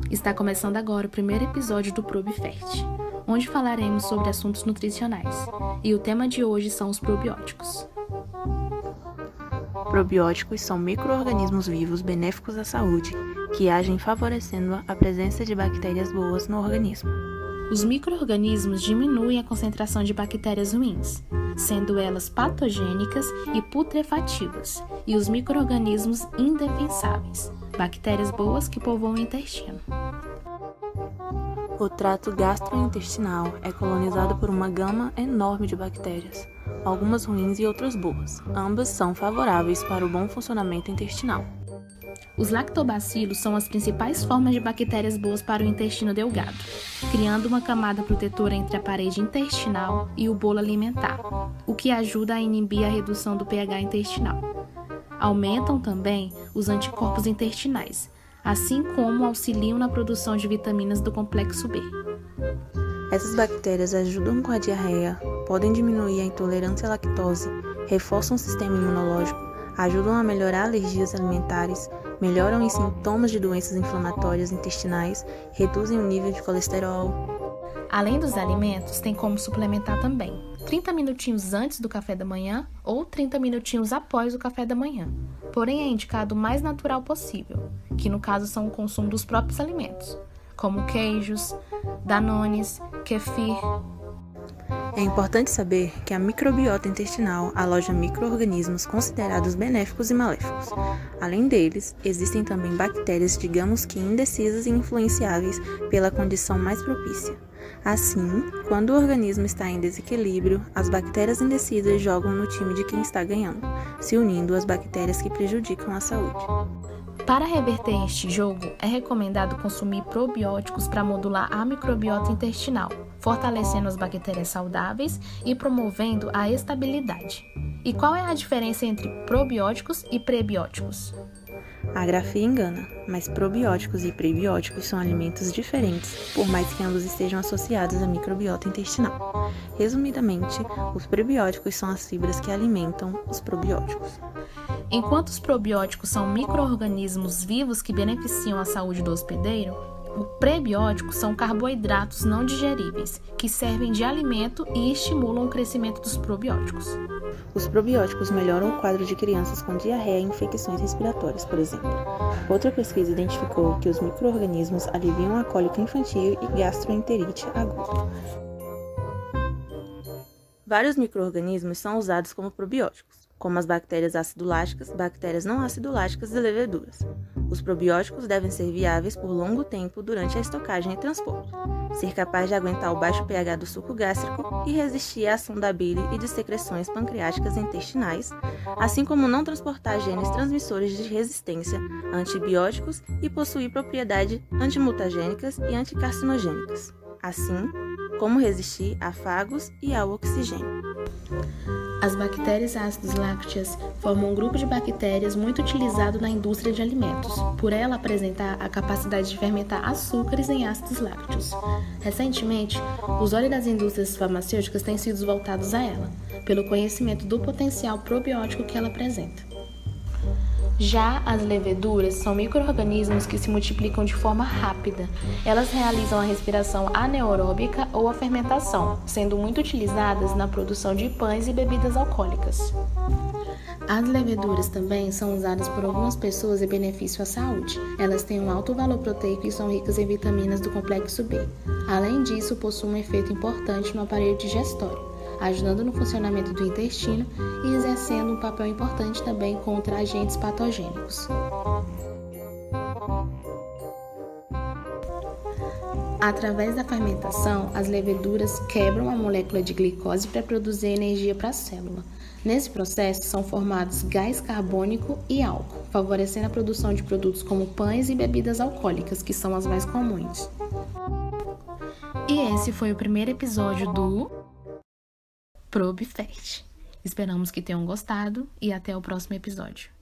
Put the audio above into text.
Está começando agora o primeiro episódio do ProbFert, onde falaremos sobre assuntos nutricionais, e o tema de hoje são os probióticos. Probióticos são micro-organismos vivos benéficos à saúde, que agem favorecendo a presença de bactérias boas no organismo. Os micro-organismos diminuem a concentração de bactérias ruins, sendo elas patogênicas e putrefativas, e os micro-organismos indefensáveis, bactérias boas que povoam o intestino. O trato gastrointestinal é colonizado por uma gama enorme de bactérias, algumas ruins e outras boas. Ambas são favoráveis para o bom funcionamento intestinal. Os lactobacilos são as principais formas de bactérias boas para o intestino delgado, criando uma camada protetora entre a parede intestinal e o bolo alimentar, o que ajuda a inibir a redução do pH intestinal. Aumentam também os anticorpos intestinais, assim como auxiliam na produção de vitaminas do complexo B. Essas bactérias ajudam com a diarreia, podem diminuir a intolerância à lactose, reforçam o sistema imunológico, ajudam a melhorar alergias alimentares, melhoram os sintomas de doenças inflamatórias intestinais, reduzem o nível de colesterol. Além dos alimentos, tem como suplementar também 30 minutinhos antes do café da manhã ou 30 minutinhos após o café da manhã. Porém, é indicado o mais natural possível, que no caso são o consumo dos próprios alimentos, como queijos, danones, kefir. É importante saber que a microbiota intestinal aloja micro-organismos considerados benéficos e maléficos. Além deles, existem também bactérias, digamos que indecisas e influenciáveis pela condição mais propícia. Assim, quando o organismo está em desequilíbrio, as bactérias indecisas jogam no time de quem está ganhando, se unindo às bactérias que prejudicam a saúde. Para reverter este jogo, é recomendado consumir probióticos para modular a microbiota intestinal, fortalecendo as bactérias saudáveis e promovendo a estabilidade. E qual é a diferença entre probióticos e prebióticos? A grafia engana, mas probióticos e prebióticos são alimentos diferentes, por mais que ambos estejam associados à microbiota intestinal. Resumidamente, os prebióticos são as fibras que alimentam os probióticos. Enquanto os probióticos são micro-organismos vivos que beneficiam a saúde do hospedeiro, os prebióticos são carboidratos não digeríveis, que servem de alimento e estimulam o crescimento dos probióticos. Os probióticos melhoram o quadro de crianças com diarreia e infecções respiratórias, por exemplo. Outra pesquisa identificou que os micro-organismos aliviam a cólica infantil e gastroenterite aguda. Vários micro-organismos são usados como probióticos, como as bactérias acidoláticas, bactérias não acidoláticas e leveduras. Os probióticos devem ser viáveis por longo tempo durante a estocagem e transporte, ser capaz de aguentar o baixo pH do suco gástrico e resistir à ação da bile e de secreções pancreáticas e intestinais, assim como não transportar genes transmissores de resistência a antibióticos e possuir propriedades antimutagênicas e anticarcinogênicas, assim como resistir a fagos e ao oxigênio. As bactérias ácidos lácteas formam um grupo de bactérias muito utilizado na indústria de alimentos, por ela apresentar a capacidade de fermentar açúcares em ácidos lácteos. Recentemente, os olhos das indústrias farmacêuticas têm sido voltados a ela, pelo conhecimento do potencial probiótico que ela apresenta. Já as leveduras são micro-organismos que se multiplicam de forma rápida. Elas realizam a respiração anaeróbica ou a fermentação, sendo muito utilizadas na produção de pães e bebidas alcoólicas. As leveduras também são usadas por algumas pessoas em benefício à saúde. Elas têm um alto valor proteico e são ricas em vitaminas do complexo B. Além disso, possuem um efeito importante no aparelho digestório, ajudando no funcionamento do intestino e exercendo um papel importante também contra agentes patogênicos. Através da fermentação, as leveduras quebram a molécula de glicose para produzir energia para a célula. Nesse processo, são formados gás carbônico e álcool, favorecendo a produção de produtos como pães e bebidas alcoólicas, que são as mais comuns. E esse foi o primeiro episódio do ProbFert. Esperamos que tenham gostado e até o próximo episódio.